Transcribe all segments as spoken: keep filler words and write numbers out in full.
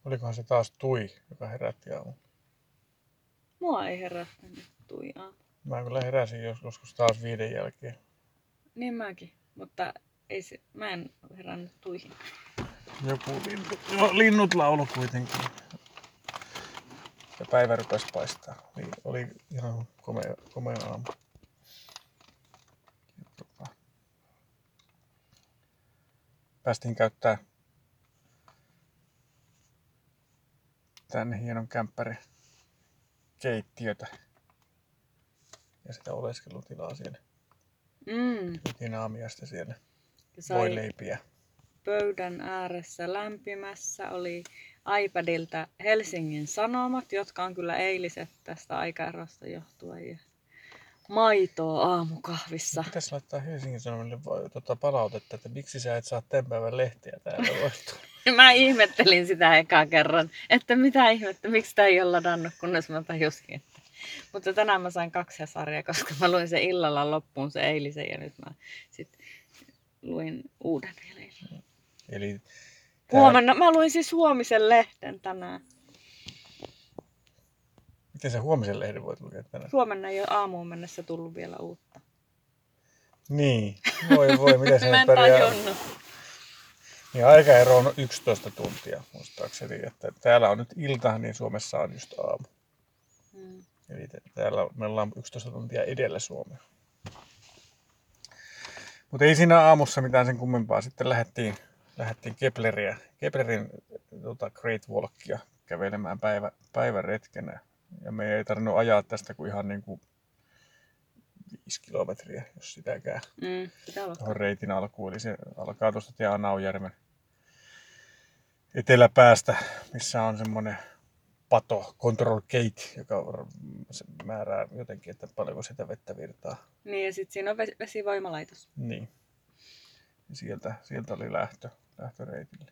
Olikohan se taas Tui, joka herätti aamulla? Mua ei herättänyt Tui aamu. Mä kyllä heräsin joskus taas viiden jälkeen. Niin mäkin, mutta ei se, mä en herännyt Tuihin. Joku lintu, no, linnut laulu kuitenkin. Ja päivä rupesi paistaa. Niin oli ihan komea, komea aamu. Tota, päästiin käyttää tänne hienon kämppärin keittiötä ja sitä oleskelutilaa siellä. Mm. Syötiin aamiaista siellä. Sai Voileipiä. pöydän ääressä lämpimässä oli iPadilta Helsingin Sanomat, jotka on kyllä eiliset tästä aikaerosta johtuen. Ja maitoa aamukahvissa. Pitäisi laittaa Helsingin Sanomille tota palautetta, että miksi sä et saa tämän päivän lehteä täällä loistua. Mä ihmettelin sitä ekaa kerran, että mitä ihmettä, miksi sitä ei ole ladannut, kunnes mä tajusin. Että... Mutta tänään mä sain kaksi sarjaa, koska mä luin sen illalla loppuun se eilisen ja nyt mä sit luin uuden vielä. Eli tää... Huomenna, mä luin siis huomisen lehden tänään. Miten sä huomisen lehden voit lukea tänään? Huomenna ei ole aamuun mennessä tullut vielä uutta. Niin, voi voi, mitä se Mä en pärjää. tajunnut. Niin aikaero on yksitoista tuntia muistaakseni, että täällä on nyt ilta, niin Suomessa on just aamu. Hmm. Eli täällä me ollaan yksitoista tuntia edellä Suomea. Mutta ei siinä aamussa mitään sen kummempaa. Sitten lähdettiin, lähdettiin Kepleriä, Keplerin tota Great Walkia kävelemään päivä, päiväretkenä. Ja me ei tarvinnut ajaa tästä kuin ihan niin kuin viisi kilometriä, jos sitäkään. Mm, tuohon reitin alkuun. Eli se alkaa tuosta Tianaujärven eteläpäästä, missä on semmoinen pato, control gate, joka määrää jotenkin, että paljonko sitä vettä virtaa. Niin, ja sitten siinä on vesivoimalaitos. Niin. Ja sieltä, sieltä oli lähtö, lähtöreitille.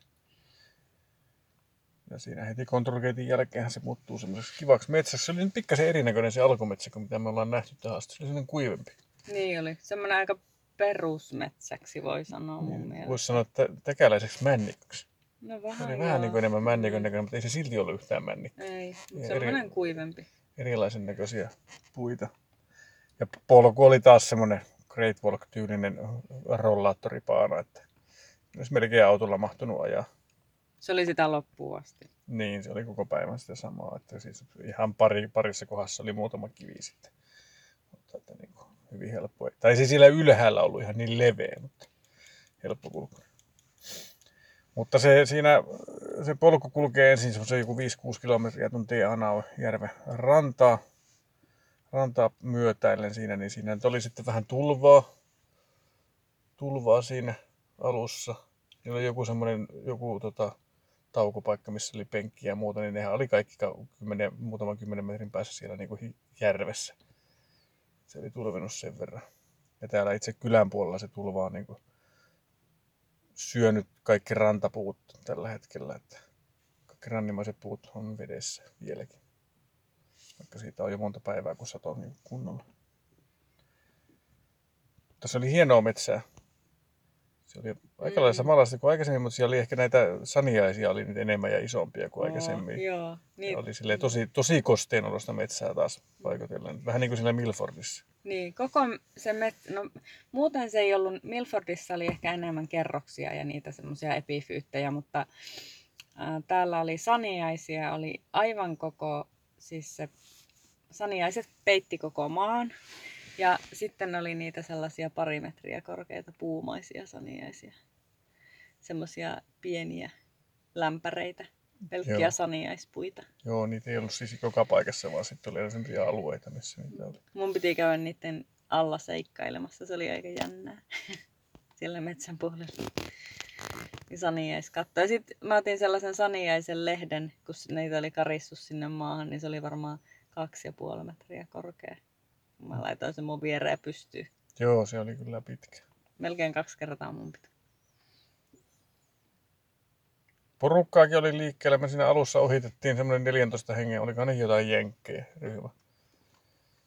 Ja siinä heti control gatein jälkeen se muuttuu semmoiseksi kivaksi metsäksi. Se oli nyt pikkasen erinäköinen se alkumetsä, kuin mitä me ollaan nähty tähän asti. Se oli semmoinen kuivempi. Niin oli. Semmoinen aika perusmetsäksi voi sanoa mun niin, mielestä. Voisi sanoa, että täkäläiseksi männikoksi. No vähän, oli vähän niin kuin enemmän männikön näköinen, mutta ei se silti ollut yhtään männikko. Ei, mutta semmoinen eri, kuivempi. Erilaisen näköisiä puita. Ja polku oli taas semmoinen Great Walk-tyylinen rollaattoripaana, että olisi melkein autolla mahtunut ajaa. Se oli sitä loppuun asti. Niin, se oli koko päivän sitä samaa. Että siis ihan pari, parissa kohdassa oli muutama kivi sitten. Mutta että niin kuin hyvin helppo. Tai ei se siellä ylhäällä ollut ihan niin leveä, mutta helppo kulkea. Mutta se, siinä, se polku kulkee ensin semmoisen joku viisi kuusi kilometriä tuntien Anaojärven rantaa. Rantaa myötäillen siinä, niin siinä oli sitten vähän tulvaa. Tulvaa siinä alussa. Siinä oli joku semmoinen, joku tota, taukopaikka, missä oli penkkiä ja muuta, niin nehän oli kaikki kymmenen, muutaman kymmenen metrin päässä siellä niin kuin järvessä. Se oli tulvinut sen verran. Ja täällä itse kylän puolella se tulva on niin kuin syönyt kaikki rantapuut tällä hetkellä, että kaikki rannimaiset puut on vedessä vieläkin. Vaikka siitä on jo monta päivää, kun satoi niin kunnolla. Tässä oli hienoa metsää. Se oli aika lailla samanlaista kuin aikaisemmin, mutta siellä oli ehkä näitä saniaisia oli nyt enemmän ja isompia kuin aikaisemmin. Oh, joo, niin. Oli silleen tosi, tosi kosteenolosta metsää taas paikotellen. Vähän niin kuin siellä Milfordissa. Niin, koko se metsä, no muuten se ei ollut, Milfordissa oli ehkä enemmän kerroksia ja niitä semmoisia epifyyttejä, mutta ää, täällä oli saniaisia, oli aivan koko, siis se saniaiset peitti koko maan. Ja sitten oli niitä sellaisia pari metriä korkeita puumaisia saniaisia. Semmoisia pieniä lämpäreitä, pelkkiä Joo. saniaispuita. Joo, niitä ei ollut siis joka paikassa, vaan sitten oli sellaisia alueita, missä niitä oli. Mun piti käydä niiden alla seikkailemassa, se oli aika jännää. Siellä metsän puolella. Niin saniais katto. Ja sitten mä otin sellaisen saniaisen lehden, kun niitä oli karissut sinne maahan, niin se oli varmaan kaksi ja puoli metriä korkea. Mä laitoin sen mun viereen pystyyn. Joo, se oli kyllä pitkä. Melkein kaksi kertaa mun piti. Porukkaakin oli liikkeellä. Me siinä alussa ohitettiin semmoinen neljätoista hengen, olikohan ne jotain jenkkejä ryhmä.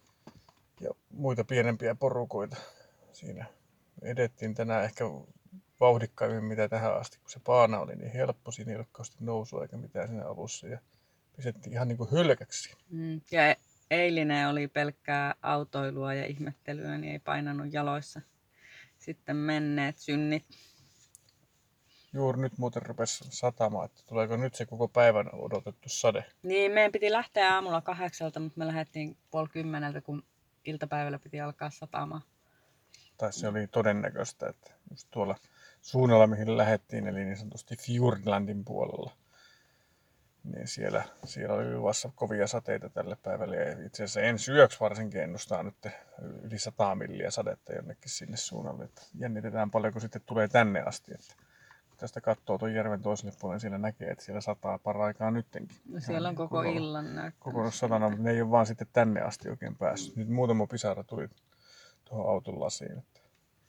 Ja muita pienempiä porukoita siinä. Edettiin tänään ehkä vauhdikkaimmin mitä tähän asti, kun se paana oli niin helppo, siinä ei ole kauheasti nousua eikä mitään siinä alussa ja pisettiin ihan niin kuin hylkäksi. Mm. Ja eilinen oli pelkkää autoilua ja ihmettelyä, niin ei painanut jaloissa sitten menneet synnit. Juuri nyt muuten rupesi satamaan, että tuleeko nyt se koko päivän odotettu sade. Niin, meidän piti lähteä aamulla kahdeksalta, mutta me lähdettiin puoli kymmeneltä, kun iltapäivällä piti alkaa satamaan. Tai se oli todennäköistä, että just tuolla suunnalla, mihin lähdettiin, eli niin sanotusti Fjordlandin puolella, niin siellä, siellä oli luvassa kovia sateita tälle päivälle. Ja itse asiassa ensi yöksi varsinkin ennustaa nyt yli sata milliä sadetta jonnekin sinne suunnalle. Että jännitetään paljon, kun sitten tulee tänne asti. Että kun tästä katsoo tuon järven toiselle puolelle, siellä näkee, että siellä sataa paraikaa nyttenkin. No siellä on Ihan koko niin illan näyttänyt. Kokonaan satana, mutta ne ei ole vaan sitten tänne asti oikein päässyt. Nyt muutama pisara tuli tuohon auton lasiin. Että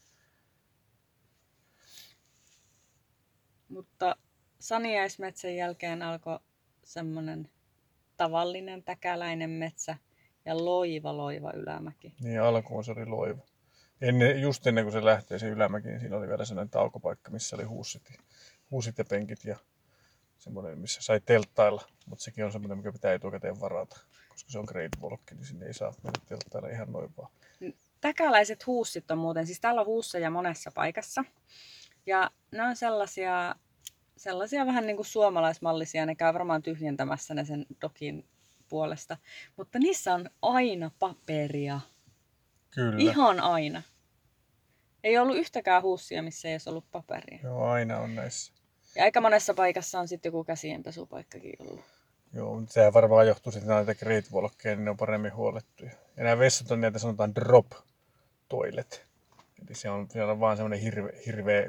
Mutta saniaismetsän jälkeen alkoi semmoinen tavallinen täkäläinen metsä ja loiva loiva ylämäki. niin alkuun se oli loiva. Ennen, just ennen kuin se lähtee se ylämäki, niin siinä oli vielä sellainen taukopaikka, missä oli huussit, huussit ja penkit ja semmoinen, missä sai telttailla. Mutta sekin on semmoinen, mikä pitää etukäteen varata. Koska se on Great Walk, niin sinne ei saa mennä telttailla ihan noin vaan. Täkäläiset huussit on muuten, siis täällä on huusseja monessa paikassa. Ja ne on sellaisia, sellaisia vähän niin kuin suomalaismallisia, ne käy varmaan tyhjentämässä ne sen dokin puolesta. Mutta niissä on aina paperia. Kyllä. Ihan aina. Ei ollut yhtäkään huussia, missä ei olisi ollut paperia. Joo, aina on näissä. Ja aika monessa paikassa on sitten joku käsienpesupaikkakin ollut. Joo, mutta sehän varmaan johtuu siitä, että näitä Great Walkkeja, niin ne on paremmin huolettuja. Ja nämä vessat on näitä sanotaan drop toilet. Eli se on, siellä on vaan semmoinen hirveä, hirveä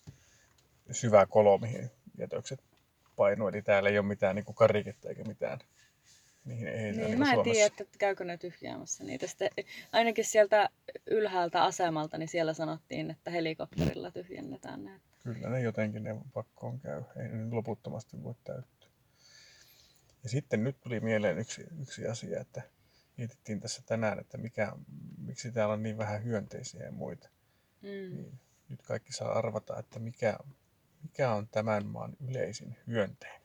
syvä kolo, mihin jätökset painuu. Eli täällä ei ole mitään niin kuin kariketta eikä mitään. Niihin ei Niin, niin mä en Suomessa. tiedä, että käykö ne tyhjäämässä niitä. Sitten, ainakin sieltä ylhäältä asemalta, niin siellä sanottiin, että helikopterilla tyhjennetään ne. Kyllä ne jotenkin ne pakkoon käy. Ei ne loputtomasti voi täyttyä. Ja sitten nyt tuli mieleen yksi, yksi asia, että mietittiin tässä tänään, että mikä, miksi täällä on niin vähän hyönteisiä ja muita. Mm. Niin nyt kaikki saa arvata, että mikä, mikä on tämän maan yleisin hyönteinen.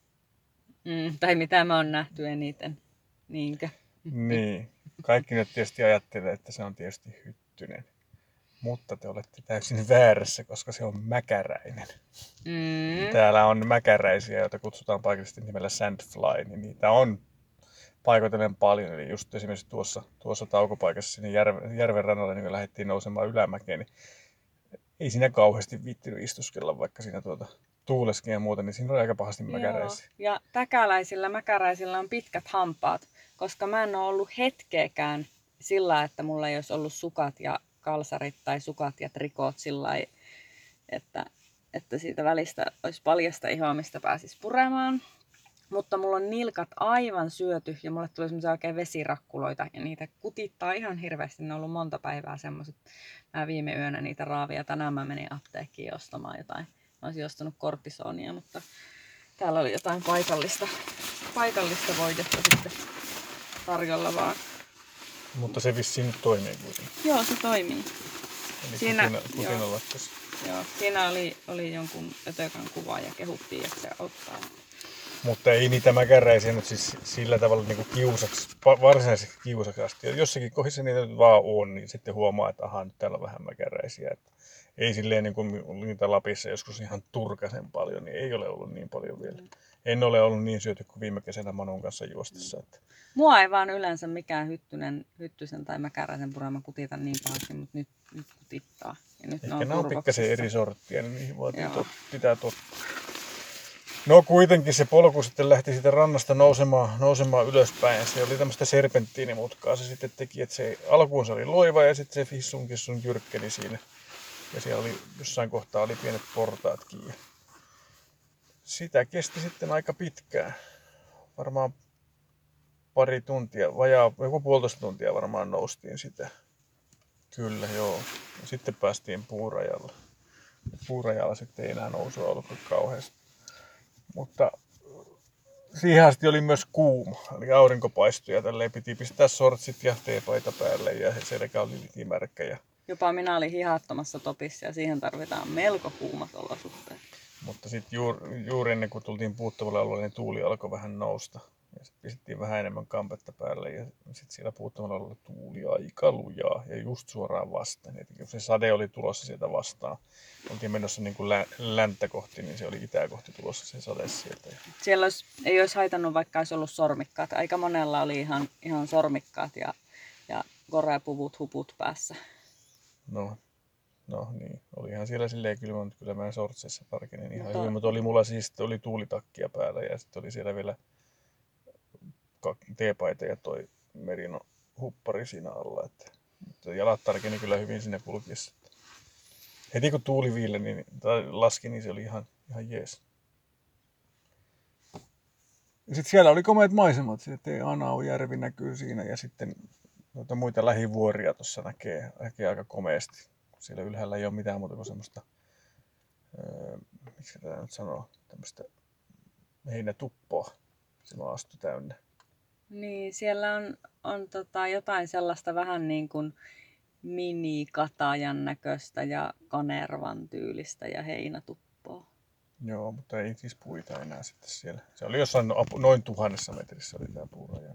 Mm, tai mitä mä oon nähty eniten. Niinkö? Niin, kaikki nyt tietysti ajattelee, että se on tietysti hyttynen. Mutta te olette täysin väärässä, koska se on mäkäräinen. Mm. Täällä on mäkäräisiä, joita kutsutaan paikallisesti nimellä sandfly, niin niitä on paikoitellen paljon. Eli just esimerkiksi tuossa, tuossa taukopaikassa sinne järven, järven rannalle, niin kun lähdettiin nousemaan ylämäkeen, niin ei siinä kauheasti viittinyt istuskella, vaikka siinä tuota tuuleskin ja muuta, niin siinä on aika pahasti mäkäräisiä. Joo. Ja täkäläisillä mäkäräisillä on pitkät hampaat, koska mä en ole ollut hetkeäkään sillä, että mulla ei olisi ollut sukat ja kalsarit tai sukat ja trikoot sillä lailla, että, että siitä välistä olisi paljasta ihoa, mistä pääsisi puremaan. Mutta mulla on nilkat aivan syöty ja mulle tuli semmoisia oikein vesirakkuloita ja niitä kutittaa ihan hirveästi. Ne on ollut monta päivää semmoiset. Mä viime yönä niitä raavia. Tänään mä menin apteekkiin ostamaan jotain. Mä olisin ostanut kortisonia, mutta täällä oli jotain paikallista, paikallista voidetta sitten tarjolla vaan. Mutta se vissiin nyt toimii kuitenkin. Joo, se toimii. Eli Siinä- kutina, kutina joo. lakkasi. Joo, siinä oli, oli jonkun ötökän kuva ja kehuttiin, että se auttaa. Mutta ei niitä mäkäräisiä nyt siis sillä tavalla niin kuin kiusaksi, va- varsinaisesti kiusaksi asti. Jos jossakin kohdassa niitä nyt vaan on, niin sitten huomaa, että ahaa, nyt täällä on vähän mäkäräisiä. Että ei silleen niin kuin niitä Lapissa joskus ihan turkasen paljon, niin ei ole ollut niin paljon vielä. En ole ollut niin syöty kuin viime kesänä Manun kanssa juostessa. Että Mua ei vaan yleensä mikään hyttynen, hyttysen tai mäkäräisen purema kutita niin pahasti, mutta nyt, nyt kutittaa. Ja nyt ne ehkä on nämä on turvoksissa. pikkasen eri sorttia, niin niihin vaatii Joo. tot, pitää tottua. No kuitenkin se polku sitten lähti siitä rannasta nousemaan, nousemaan ylöspäin ja se oli tämmöistä serpenttiinimutkaa. Se sitten teki, että se alkuun se oli loiva ja sitten se fissun kissun jyrkkeli siinä. Ja siellä oli jossain kohtaa oli pienet portaatkin. Ja sitä kesti sitten aika pitkään. Varmaan pari tuntia, vajaa, joku puolitoista tuntia varmaan noustiin sitä. Kyllä, joo. Ja sitten päästiin puurajalle. Puurajalla sitten ei enää nousua ollut kauheasti. Mutta siihen asti oli myös kuuma, eli aurinko paistui ja tälleen piti pistää sortsit ja teepaita päälle ja selkä oli litimärkä ja Jopa minä olin hihattomassa topissa ja siihen tarvitaan melko kuumat olosuhteet. Mutta sitten juuri, juuri ennen kuin tultiin puuttavalle alueelle, niin tuuli alkoi vähän nousta. Ja sitten pistettiin vähän enemmän kampetta päälle ja sitten siellä puuttavalla alueella tuuli aika lujaa ja just suoraan vastaan. Et kun se sade oli tulossa sieltä vastaan, oltiin menossa niin kuin lä- länttä kohti, niin se oli itää kohti tulossa se sade sieltä. Siellä olisi, ei olisi haitannut, vaikka olisi ollut sormikkaat. Aika monella oli ihan, ihan sormikkaat ja, ja koreapuvut huput päässä. No, no niin, olihan siellä silleen kylmä, mutta kyllä mä sortseissa parkenin ihan Mutta- hyvin. Mutta oli mulla siis oli tuulitakkia päällä ja sitten oli siellä vielä kak- teepaita ja toi merino huppari siinä alla. Että, mutta jalat tarkeni kyllä hyvin sinne kulkiessa. Heti kun tuuli viille, niin, tai laski, niin se oli ihan, ihan jees. Sitten siellä oli komeat maisemat. Sitten Anaujärvi näkyy siinä ja sitten noita muita lähivuoria tuossa näkee, näkee aika komeasti. Siellä ylhäällä ei ole mitään muuta kuin semmoista, öö, miksi tätä nyt sanoo, tämmöistä heinätuppoa. Se maasto täynnä. Niin, siellä on, on tota jotain sellaista vähän niin kuin mini-katajan näköistä ja kanervan tyylistä ja heinätuppoa. Joo, mutta ei siis puita enää sitten siellä. Se oli jossain apu- noin tuhannessa metrissä oli tämä puuraja.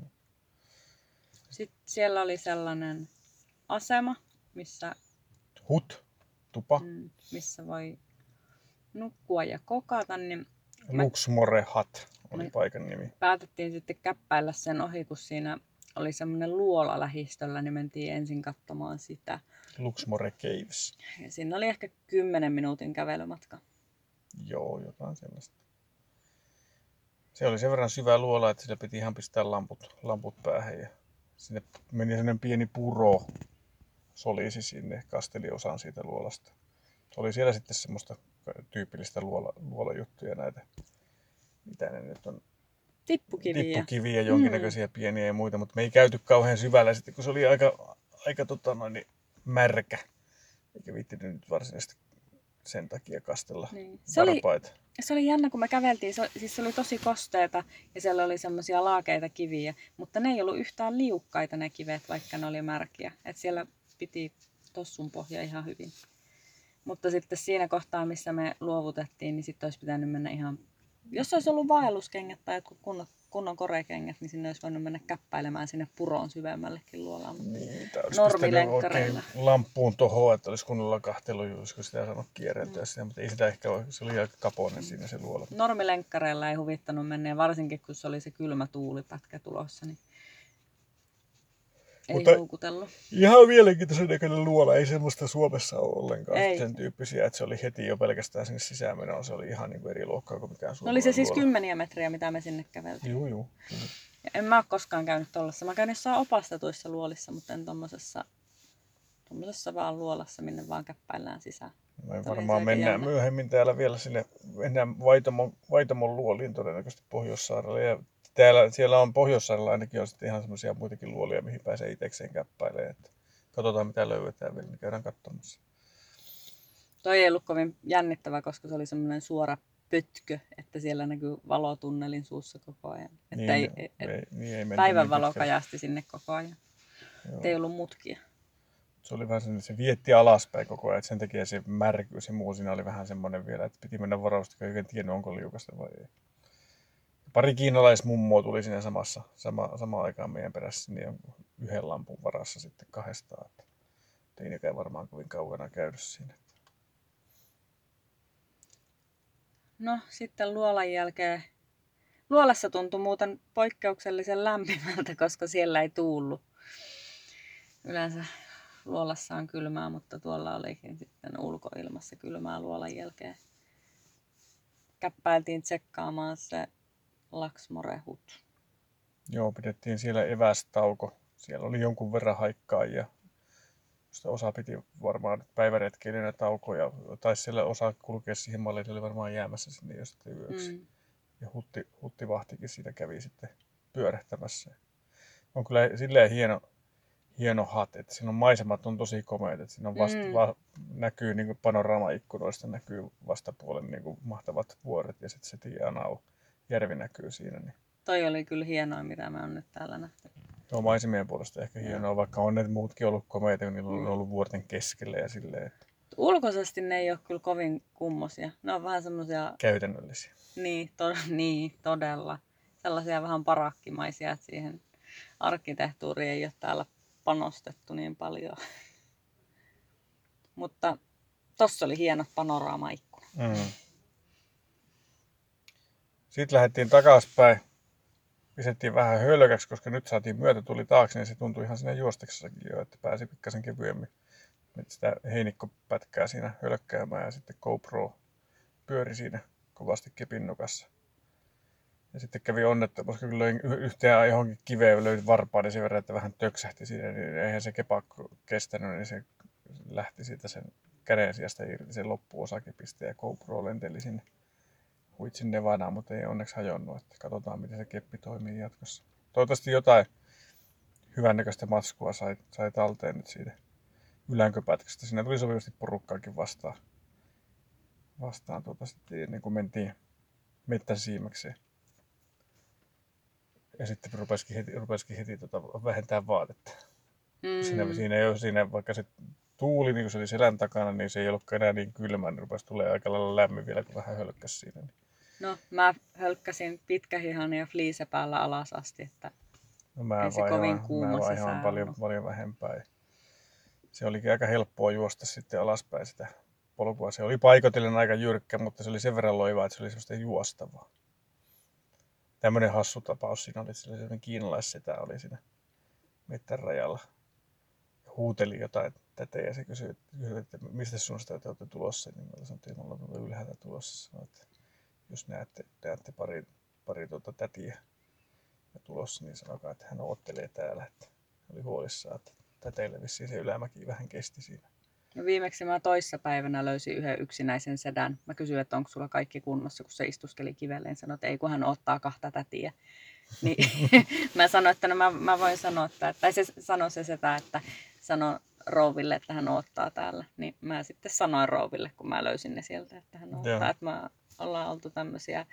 Sitten siellä oli sellainen asema, missä, Hut, tupa, mm, missä voi nukkua ja kokata, niin Luxmore Hut oli Me- paikan nimi. päätettiin sitten käppäillä sen ohi, kun siinä oli semmoinen luola lähistöllä, niin mentiin ensin katsomaan sitä. Luxmore Caves. Ja siinä oli ehkä kymmenen minuutin kävelymatka. Joo, jotain sellaista. Se oli sen verran syvä luola, että sillä piti ihan pistää lamput, lamput päähän. Ja sinne meni sellainen pieni puro, solisi sinne, kasteli osan siitä luolasta. Se oli siellä sitten semmoista tyypillistä luola, luolajuttuja näitä, mitä ne nyt on, Tippukiviä. tippukiviä, jonkinnäköisiä mm. pieniä ja muita, mutta me ei käyty kauhean syvällä sitten, kun se oli aika, aika tota noin, niin märkä. Eikä viittinyt nyt varsinaisesti sen takia kastella Niin. Se oli, varpaita. se oli jännä, kun me käveltiin. Se, siis se oli tosi kosteeta ja siellä oli semmoisia laakeita kiviä, mutta ne ei ollut yhtään liukkaita ne kivet, vaikka ne oli märkiä. Et siellä piti tossun pohja ihan hyvin. Mutta sitten siinä kohtaa, missä me luovutettiin, niin sitten olisi pitänyt mennä ihan... Jos olisi ollut vaelluskengät tai jotkut kunnon, kunnon korekengät, niin sinne olisi voinut mennä käppäilemään sinne puroon syvemmällekin luolaan. Niin, tää olisi pistänyt Normilenkkareilla. oikein lamppuun tohon, että olisi kunnolla kahtelu, olisiko sitä saanut kierreltyä mm. sitä, mutta ei sitä ehkä ole, se oli aika kapoinen siinä se luola. Normilenkkareilla ei huvittanut mennä, ja varsinkin kun se oli se kylmä tuulipätkä tulossa, niin ei Mutta houkutellut. ihan mielenkiintoisen näköinen luola, ei semmoista Suomessa ole ollenkaan Ei. sen tyyppisiä, että se oli heti jo pelkästään sinne sisäänmenoon, se oli ihan niin kuin eri luokkaa kuin mikään No suomalainen oli se siis luola. kymmeniä metriä, mitä me sinne käveltiin. Juu, juu. Ja en mä ole koskaan käynyt tollassa. Mä käyn jossain opastetuissa luolissa, mutta en tommosessa, tommosessa vaan luolassa, minne vaan käppäillään sisään. Me Tämä oli varmaan aika mennään jännä. myöhemmin täällä vielä sinne, mennään Vaitamon, Vaitamon luoliin todennäköisesti Pohjoissaarelle. Ja täällä, siellä on Pohjoissaarella ainakin on sitten ihan semmoisia muitakin luolia, mihin pääsee itsekseen käppäilemään. Että katsotaan mitä löydetään vielä, niin käydään katsomassa. Toi ei ollut kovin jännittävä, koska se oli semmoinen suora pötkö, että siellä näkyy valotunnelin suussa koko ajan. Että Niin, ei, ei, ei, niin ei menty päivänvalo niin pitkälle. kajasti sinne koko ajan. Joo. Et ei ollut mutkia. Se oli vähän sellainen, se vietti alaspäin koko ajan, että sen takia se märkyys ja muu siinä oli vähän semmoinen vielä, että piti mennä varausta, kun ei oikein tiennyt, onko liukasta vai ei. Pari kiinalaismummoa tuli siinä samassa, sama, samaan aikaan meidän perässä, niin yhden lampun varassa sitten kahdestaan. Että ei nekään varmaan kovin kaukana käydy siinä. No sitten luolan jälkeen. Luolassa tuntui muuten poikkeuksellisen lämpimältä, koska siellä ei tuullut. Yleensä luolassa on kylmää, mutta tuolla olikin sitten ulkoilmassa kylmää luolan jälkeen. Käppäiltiin tsekkaamaan se Luxmore Hut. Joo, pidettiin siellä evästauko. Siellä oli jonkun verran haikkaajia. Sitä osa piti varmaan päiväretkeilijänä taukoja. Taisi siellä osa kulkea siihen malliin, oli varmaan jäämässä sinne jo sitten yöksi. Mm. Ja hutti, huttivahtikin siitä kävi sitten pyörähtämässä. On kyllä silleen hieno, hieno hut, että siinä on maisemat on tosi komeat. Että siinä on vasta, mm. va, näkyy niin kuin panorama-ikkunoista näkyy vastapuolen niin kuin mahtavat vuoret ja sitten se Tianau järvi näkyy siinä. Niin. Toi oli kyllä hienoa, mitä me on nyt täällä nähty. Joo, maisemien puolesta ehkä hienoa, vaikka on ne muutkin ollut komeita, kun niillä on Mm. ollut vuorten keskellä ja silleen, että Ulkoisesti ne ei ole kyllä kovin kummosia. Ne on vähän semmoisia, käytännöllisiä. niin, to, niin, todella. Sellaisia vähän parakkimaisia, että siihen arkkitehtuuriin ei ole täällä panostettu niin paljon. Mutta tossa oli hienot panoraamaikkunat. Mm. Sitten lähdettiin takaspäin. Pisettiin vähän hölkäksi, koska nyt saatiin myötä tuli taakse, niin se tuntui ihan siinä juosteksessakin jo, että pääsi pikkasen kevyemmin. Nyt sitä heinikkopätkää siinä hölkkäämään ja sitten GoPro pyöri siinä kovasti kepin nokassa. Ja sitten kävi onnettomuus, kun löin yhteen johonkin kiveen, löin varpaan niin sen verran, että vähän töksähti siinä, niin eihän se kepakko kestänyt, niin se lähti siitä sen käden sijasta irti sen loppuosa kepistä ja GoPro lenteli sinne huitsin Nevadaan, mutta ei onneksi hajonnut, että katsotaan miten se keppi toimii jatkossa. Toivottavasti jotain hyvännäköistä matskua sai, sai talteen nyt siitä ylänköpätkästä. Siinä tuli sopivasti porukkaakin vastaan, vastaan tuota sitten ennen kuin mentiin mettän siimekseen. Ja sitten rupesikin heti, rupesikin heti tota vähentää vaatetta. Mm. Siinä, siinä ei ole siinä, vaikka se tuuli, niin kun se oli selän takana, niin se ei ollutkaan enää niin kylmä, niin rupesi tulee aika lailla lämmin vielä, kun vähän hölkkäsi siinä. Niin. No, mä hölkkäsin pitkähihan ja fliise päällä alas asti, että No mä ei se kovin vaihoan, kuuma mä se vaihoan sää paljon, ollut. paljon vähempää. Ja se olikin aika helppoa juosta sitten alaspäin sitä polkua. Se oli paikotellen aika jyrkkä, mutta se oli sen verran loivaa, että se oli semmoista juostavaa. Tämmöinen hassu tapaus siinä oli, että sellainen kiinalaissetä oli siinä mettän rajalla. Huuteli jotain tätä ja se kysyi, kysyi että mistä suunnasta te olette tulossa. Niin mä sanoin, että me ollaan tuolta ylhäältä tulossa. Sanoin, että jos näette, näette pari, pari tuota tätiä ja tulossa, niin sanokaa, että hän odottelee täällä. Että oli huolissaan, että täteille vissiin se ylämäki vähän kesti siinä. No viimeksi mä toissapäivänä löysin yhden yksinäisen sedän. Mä kysyin, että onko sulla kaikki kunnossa, kun se istuskeli kivelleen. Sanoin, että ei, kun hän ottaa kahta tätiä. Niin mä sanoin, että no mä, mä voin sanoa, että, tai se sanoi se setä, että sano rouville, että hän odottaa täällä. Niin mä sitten sanoin rouville, kun mä löysin ne sieltä, että hän odottaa, Joo. että me ollaan oltu tämmöisiä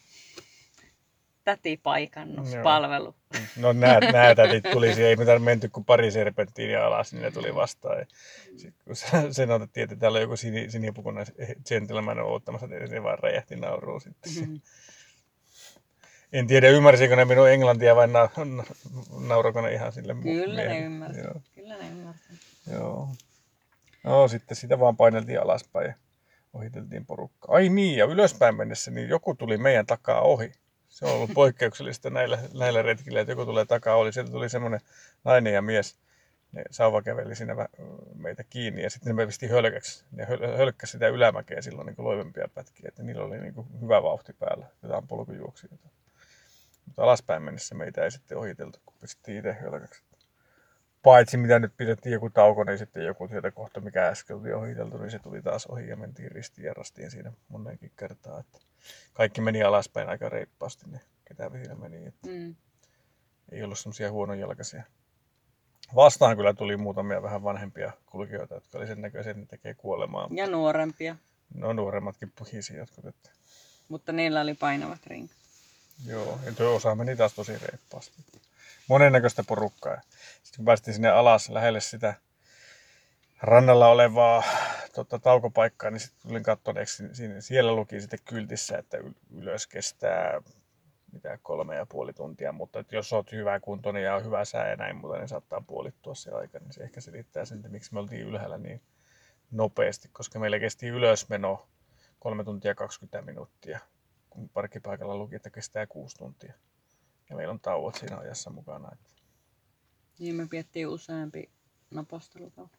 tätipaikannuspalvelu. No nää, nää tätit tuli, ei mitään menty kuin pari serpenttiiniä alas, niin ne tuli vastaan. Ja sit, kun sen otettiin, että täällä on joku sini, sinipukunen gentleman odottamassa, niin se vaan räjähti nauruun sitten. Mm-hmm. En tiedä, ymmärsikö ne minun englantia vai na, na, nauroiko ne ihan sille Kyllä miehelle. ne ymmärsi. Joo. Kyllä ne ymmärsi. Joo. No sitten sitä vaan paineltiin alaspäin ja ohiteltiin porukkaa. Ai niin, ja ylöspäin mennessä niin joku tuli meidän takaa ohi. Se on ollut poikkeuksellista näillä, näillä retkillä, että joku tulee takaa ohi. Sieltä tuli semmoinen nainen ja mies. Ne sauva käveli siinä meitä kiinni ja sitten ne me pisti hölkäksi. Ne höl- hölkkäsi sitä ylämäkeä silloin niin kuin loivempia pätkiä, että niillä oli niin kuin hyvä vauhti päällä, jotain polkujuoksijoita. Mutta alaspäin mennessä meitä ei sitten ohiteltu, kun pistettiin itse hölkäksi. Paitsi mitä nyt pidettiin joku tauko, niin sitten joku sieltä kohta, mikä äsken oli ohiteltu, niin se tuli taas ohi ja mentiin ristiin ja rastiin siinä monenkin kertaa. Että kaikki meni alaspäin aika reippaasti, ne ketä siinä meni. Että Mm. ei ollut semmoisia huonojalkaisia. Vastaan kyllä tuli muutamia vähän vanhempia kulkijoita, jotka oli sen näköisiä, että ne tekee kuolemaa. Ja nuorempia, No nuoremmatkin puhisi jotkut. Että mutta niillä oli painavat rinkat. joo, ja tuo osa meni taas tosi reippaasti. Monennäköistä porukkaa. Sitten kun päästiin sinne alas lähelle sitä rannalla olevaa tota, taukopaikkaa, niin sitten tulin katsoneeksi. Siinä, siellä luki sitten kyltissä, että ylös kestää mitä kolme ja puoli tuntia, mutta että jos olet hyvä kuntoinen ja on hyvä sää ja näin muuta, niin saattaa puolittua se aika. Niin se ehkä selittää sen, että miksi me oltiin ylhäällä niin nopeasti, koska meillä kesti ylösmeno kolme tuntia kaksikymmentä minuuttia, kun parkkipaikalla luki, että kestää kuusi tuntia. Ja meillä on tauot siinä ajassa mukana. Että Niin me piettiin useampi napostelu.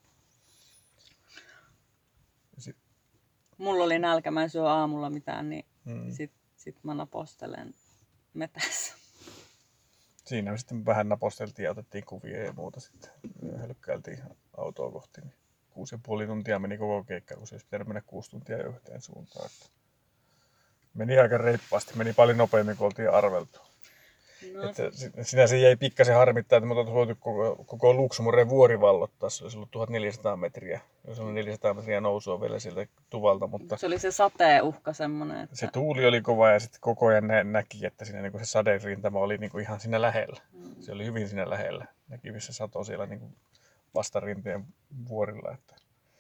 sit, Mulla oli nälkä, mä en syö aamulla mitään, niin mm. sit, sit mä napostelen metässä. Siinä me sitten vähän naposteltiin ja otettiin kuvia ja muuta sitten. Hölkkäiltiin autoa kohti. Niin kuusi ja puoli tuntia meni koko keikka, kun se olisi pitänyt mennä kuusi tuntia yhteen suuntaan. Että meni aika reippaasti, meni paljon nopeammin kuin oltiin arveltu. No, Että si- sinä se jäi pikkasen harmittaa, että me oltaisiin voitu koko, koko Luxemburgin vuori vallottaa. Se olisi ollut tuhatneljäsataa metriä. Jos on neljäsataa metriä nousua vielä sieltä tuvalta, mutta se oli se sateenuhka semmoinen, että... se tuuli oli kova ja sitten koko ajan nä- näki, että siinä niinku se saderintama oli niinku ihan siinä lähellä. Mm. Se oli hyvin siinä lähellä. Näki, missä satoi siellä niinku vastarinteen vuorilla. Että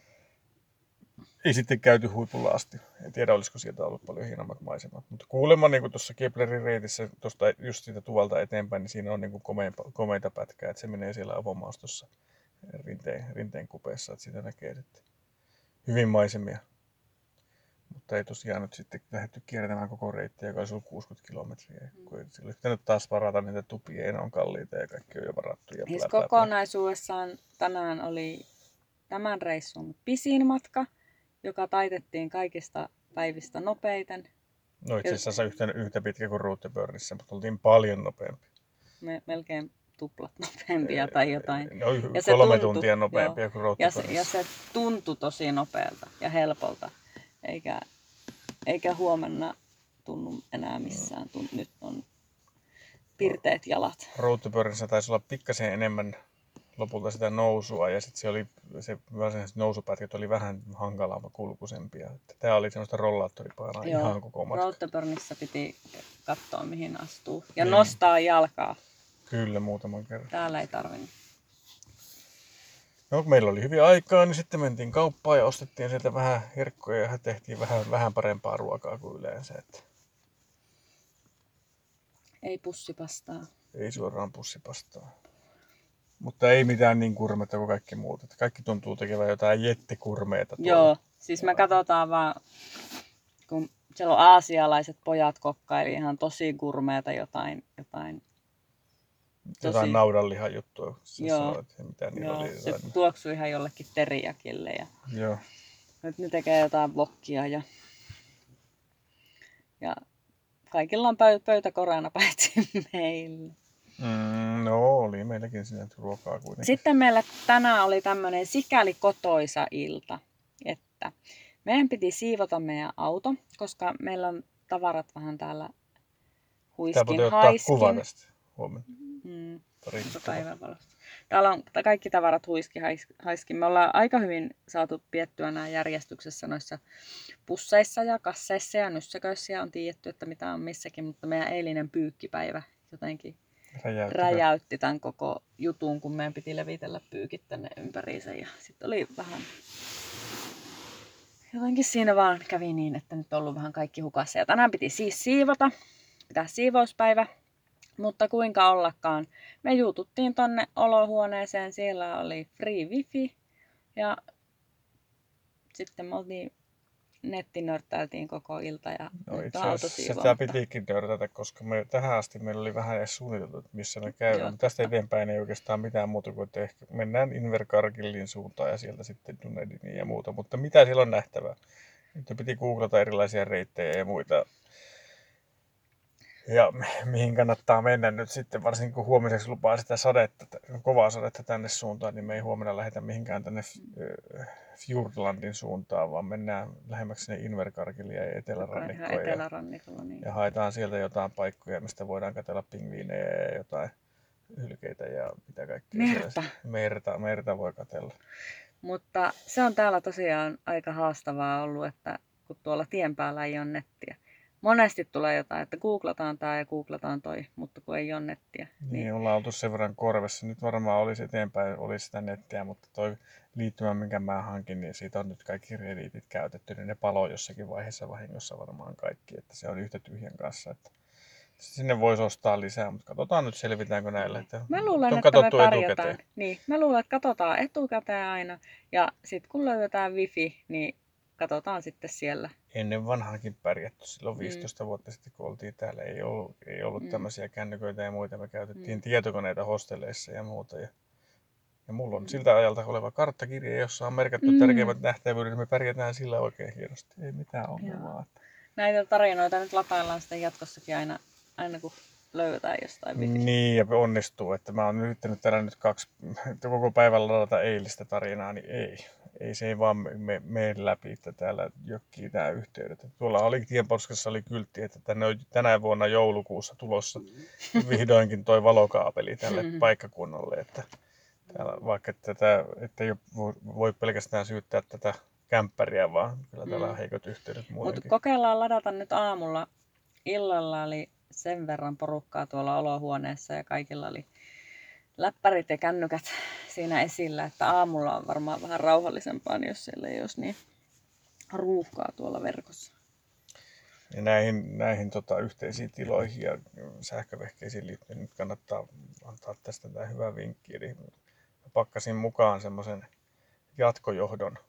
ei sitten käyty huipulla asti. En tiedä, olisiko sieltä ollut paljon hienommat maisemat. Mutta kuulemma niin tuossa Keplerin reitissä, tuosta just siitä tuvalta eteenpäin, niin siinä on niin komeita, komeita pätkää. Että se menee siellä avomaastossa rinteen, rinteen kupeessa, että siitä näkee sitten hyvin maisemia. Mutta ei tosiaan nyt sitten lähdetty kiertämään koko reittiä, joka olisi ollut kuusikymmentä kilometriä. Mm. Kun silloin pitänyt taas varata niitä tupia, ei ne on kalliita ja kaikki on jo varattu. Ja Siis plää, plää, plää. kokonaisuudessaan tänään oli tämän reissun pisin matka, joka taitettiin kaikista päivistä nopeiten. No itse asiassa yhtä, yhtä pitkä kuin Rootebörnissä, mutta oltiin paljon nopeampi. Me, melkein tuplat nopeampia tai jotain. No Ja se kolme tuntui- tuntia nopeampia joo. kuin Ja se, Rootebörnissä. ja se tuntui tosi nopealta ja helpolta, eikä, eikä huomenna tunnu enää missään. Tunt, nyt on pirteät jalat. Rootebörnissä taisi olla pikkasen enemmän lopulta sitä nousua ja sitten se oli se varsinaiset nousupätkät oli vähän hankalampi kulkuisempia. Tämä oli semmoista rollaattoripainaa ihan koko matka. Roadburnissä piti katsoa mihin astuu ja Niin. nostaa jalkaa. Kyllä, muutaman kerran. Täällä ei tarvinnut. No, kun meillä oli hyvin aikaa, niin sitten mentiin kauppaan ja ostettiin sieltä vähän herkkoja ja tehtiin vähän, vähän parempaa ruokaa kuin yleensä. Että Ei pussipastaa. ei suoraan pussipastaa. Mutta ei mitään niin kurmetta kuin kaikki muut. Että kaikki tuntuu tekevän jotain jettikurmeita tuolla. Joo, siis me katsotaan vaan, kun siellä on aasialaiset pojat kokkaili ihan tosi gurmeeta jotain, jotain Jotain tosi- naudanlihan juttua. Sä Joo. sanoit, että mitä niillä joo, oli. se Jotain. tuoksui ihan jollekin teriakille ja Joo. nyt ne tekee jotain vokkia ja, ja kaikilla on pöy- pöytäkorana paitsi meillä. Mm, no, oli meilläkin siinä ruokaa kuitenkin. Sitten meillä tänään oli tämmöinen sikäli kotoisa ilta, että meidän piti siivota meidän auto, koska meillä on tavarat vähän täällä Tää huiskin pitää ottaa haiskin. kuva tästä huomenna. Mm, Pari tuota kuvaa. päivänvalosta. Täällä on kaikki tavarat huiski hais- haiskin. Me ollaan aika hyvin saatu piettyä nämä järjestyksessä noissa pusseissa ja kasseissa ja nyssäköissä ja on tiedetty, että mitä on missäkin, mutta meidän eilinen pyykkipäivä jotenkin Räjäytti. räjäytti tämän koko jutun, kun meidän piti levitellä pyykit tänne ympäriinsä. Ja sitten oli vähän... Jotenkin siinä vaan kävi niin, että nyt on ollut vähän kaikki hukassa. Ja tänään piti siis siivota, pitää siivouspäivä. Mutta kuinka ollakaan. Me juututtiin tonne olohuoneeseen, siellä oli free wifi. Ja sitten me oltiin nettinörttäiltiin koko ilta ja No nyt itse on asiassa autosiivo, sitä mutta- pitikin nörtätä, koska me, tähän asti meillä oli vähän edes suunniteltu, että missä me käydään. Joo, Mutta tästä totta. eteenpäin ei oikeastaan mitään muuta kuin, että ehkä mennään Inverkargillin suuntaan ja sieltä sitten Dunediniin ja muuta. Mutta mitä siellä on nähtävää? Nyt piti googlata erilaisia reittejä ja muita. Ja mihin kannattaa mennä nyt sitten, varsinkin kun huomiseksi lupaa sitä sadetta, kovaa sadetta tänne suuntaan, niin me ei huomenna lähdetä mihinkään tänne äh, Fjordlandin suuntaan, vaan mennään lähemmäksi sinne Inverkargille ja Joka on ihan etelärannikkoon. Ja, etelärannikolla. Niin. ja haetaan sieltä jotain paikkoja, mistä voidaan katsella pingviinejä ja jotain hylkeitä ja mitä kaikkea. Merta. siellä- Merta. Merta voi katsella. Mutta se on täällä tosiaan aika haastavaa ollut, että kun tuolla tien päällä ei ole nettiä. Monesti tulee jotain, että googlataan tämä ja googlataan toi, mutta kun ei ole nettiä. Niin, ollaan oltu sen verran korvessa. Nyt varmaan olisi eteenpäin, olisi sitä nettiä, mutta toi liittymä, minkä mä hankin, niin siitä on nyt kaikki reditit käytetty, niin ne paloo jossakin vaiheessa vahingossa varmaan kaikki, että se on yhtä tyhjän kanssa. Että sinne voisi ostaa lisää, mutta katsotaan nyt selvitäänkö näillä. Että Mä luulen, on että me katsottu pärjätään. etukäteen. Niin, mä luulen, että katsotaan etukäteen aina. Ja sitten kun löydetään wifi, niin katsotaan sitten siellä. Ennen vanhaankin pärjätty. Silloin Mm. viisitoista vuotta sitten, kun oltiin täällä, ei ollut, ei ollut Mm. tämmöisiä kännyköitä ja muita. Me käytettiin Mm. tietokoneita hostelleissa ja muuta. Ja, ja mulla on Mm. siltä ajalta oleva karttakirja, jossa on merkattu Mm. tärkeimmät nähtävyydet. Me pärjätään sillä oikein hienosti. Ei mitään ongelmaa. Näitä tarinoita nyt lataillaan sitten jatkossakin aina, aina kun löydetään jostain wifi. Niin, ja onnistuu. Että mä oon yrittänyt täällä nyt kaksi, koko päivän ladata eilistä tarinaa, niin ei. ei se ei vaan mene me läpi, että täällä jokkii nämä yhteydet. Et tuolla oli tienposkessa oli kyltti, että tänne on tänä vuonna joulukuussa tulossa vihdoinkin toi valokaapeli tälle paikkakunnalle. Että täällä, vaikka tätä, että ei voi pelkästään syyttää tätä kämppäriä, vaan kyllä täällä on heikot yhteydet muutenkin. Mutta kokeillaan ladata nyt aamulla. Illalla oli sen verran porukkaa tuolla olohuoneessa ja kaikilla oli läppärit ja kännykät siinä esillä, että aamulla on varmaan vähän rauhallisempaa, niin jos siellä ei olisi niin ruuhkaa tuolla verkossa. Ja näihin, näihin tota, yhteisiin tiloihin ja sähkövehkeisiin liittyen nyt kannattaa antaa tästä tämä hyvä vinkki. Eli pakkasin mukaan semmoisen jatkojohdon,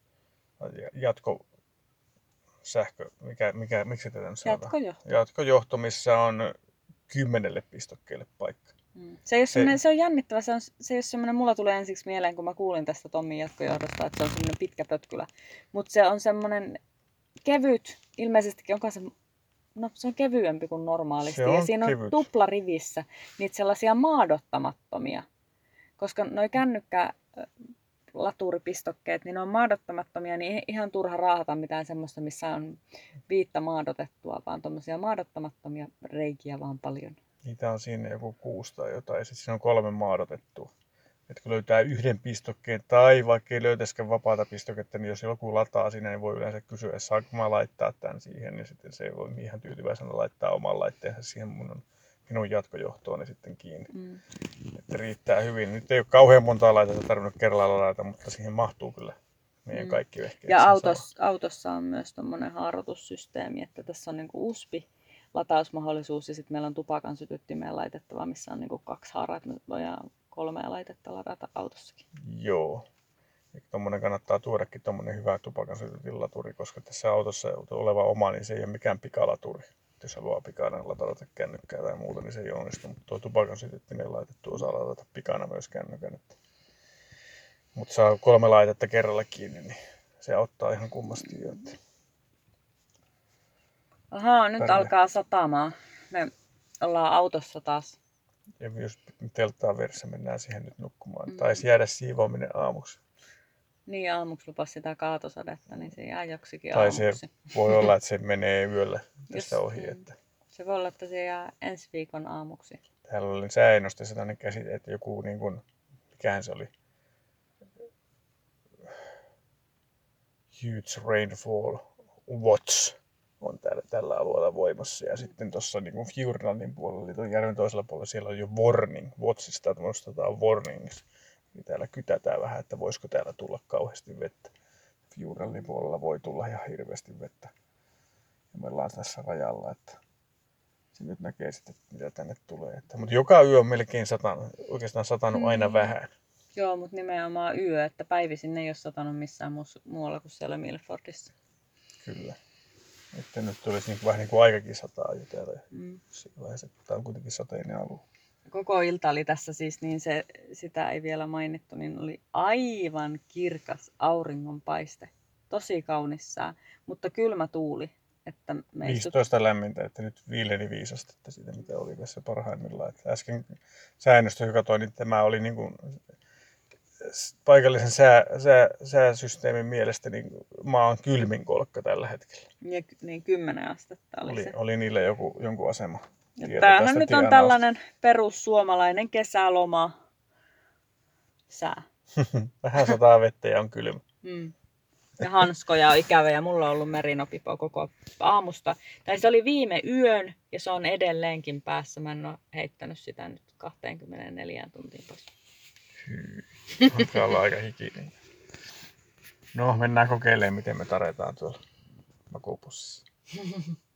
jatko sähkö, mikä, mikä, miksi tätä nyt sanotaan? Jatkojohto. Jatkojohto, missä on kymmenelle pistokkeelle paikka. Mm. Se, ei se... se on jännittävä, se, on, se ei ole semmoinen, mulla tuli ensiksi mieleen, kun mä kuulin tästä Tommin jatkojohdosta, että se on semmoinen pitkä pötkylä. Mutta se on semmoinen kevyt, ilmeisestikin onko se, no se on kevyempi kuin normaalisti. Se on ja siinä on kevyt. tuplarivissä niitä sellaisia maadottamattomia. Koska noi kännykkä laturipistokkeet, niin ne on maadottamattomia, niin ihan turha raahata mitään semmoista, missä on viittä maadotettua, vaan tommosia maadottamattomia reikiä vaan paljon. Niitä on siinä joku kuusi tai jotain, ja sitten siinä on kolme maadotettua. Et kun löytää yhden pistokkeen, tai vaikka ei löytäisikään vapaata pistoketta, niin jos joku lataa siinä, niin voi yleensä kysyä, että saanko mä laittaa tämän siihen, niin sitten se voi ihan tyytyväisenä laittaa oman laitteensa siihen minun, minun jatkojohtooni sitten kiinni. Mm. Että riittää hyvin. Nyt ei ole kauhean montaa laitetta tarvinnut kerralla ladata, mutta siihen mahtuu kyllä meidän kaikki vehkeet. Ja autos, autossa on myös tommonen haarotussysteemi, että tässä on niinku U S B latausmahdollisuus ja sitten meillä on tupakan sytyttimeen laitettava, missä on niinku kaksi haaraa, että me voidaan kolmea laitetta ladata autossakin. Joo. Tuommoinen kannattaa tuodakin tuommoinen hyvä tupakan sytytin laturi, koska tässä autossa oleva oma, niin se ei ole mikään pikalaturi. Jos haluaa pikana ladata kännykkää tai muuta, niin se ei onnistu. Mutta tuo tupakan sytyttimeen laitettu osaa ladata pikana myös kännykän. Mutta saa kolme laitetta kerralla kiinni, niin se auttaa ihan kummasti jo. Ahaa, nyt Pärjää. Alkaa satamaan. Me ollaan autossa taas. Ja jos telttaa veressä mennään siihen nyt nukkumaan. Mm. Taisi jäädä siivoaminen aamuksi. Niin, aamuksi lupas sitä kaatosadetta, niin se jää joksikin tai aamuksi. Tai se voi olla, että se menee yöllä tästä ohi. Että... Se voi olla, että se jää ensi viikon aamuksi. Täällä oli sääennusteessa sellainen käsite, että joku, niin kuin, mikähän se oli? Huge Rainfall Watch on täällä, tällä alueella voimassa. Ja sitten tuossa niin Fjordlandin puolella, eli tuon järven toisella puolella, siellä on jo warning. Watchista, että nostetaan warnings. Eli täällä kytätään vähän, että voisiko täällä tulla kauheasti vettä. Fjordlandin puolella voi tulla ihan hirveästi vettä. Ja me ollaan tässä rajalla, että se nyt näkee sitten, mitä tänne tulee. Että, mutta joka yö on melkein satanut, oikeastaan satanut mm. aina vähän. Joo, mutta nimenomaan yö, että päivisin ei ole satanut missään muualla kuin siellä Milfordissa. Kyllä. Että nyt tulisi niin vähän niin kuin aikakin sataa jo täällä. Mm. Siinä vaiheessa, että tämä on kuitenkin sateinen alue. Koko ilta oli tässä siis, niin se, sitä ei vielä mainittu, niin oli aivan kirkas auringonpaiste. Tosi kaunis sää, mutta kylmä tuuli. Että viisitoista istut... lämmintä, että nyt viileni viisi astetta siitä, mitä oli tässä parhaimmillaan. Että äsken säännöstä, joka toi, niin tämä oli niin kuin paikallisen sää, sää, sääsysteemin mielestä niin maa on kylmin kolkka tällä hetkellä. Ja, niin kymmenen astetta oli, oli se. Oli niillä joku, jonkun asema. Tämähän nyt on tällainen perussuomalainen kesäloma sää. Vähän sataa vettä ja on kylmä. Mm. Ja hanskoja on ikävä ja mulla on ollut merinopipo koko aamusta. Tai se oli viime yön ja se on edelleenkin päässä. Mä en ole heittänyt sitä nyt kaksikymmentäneljä tuntiin pois. Hyy. Alkaa olla aika hikinen. No, mennään kokeilemaan, miten me taretaan tuolla makuupussissa.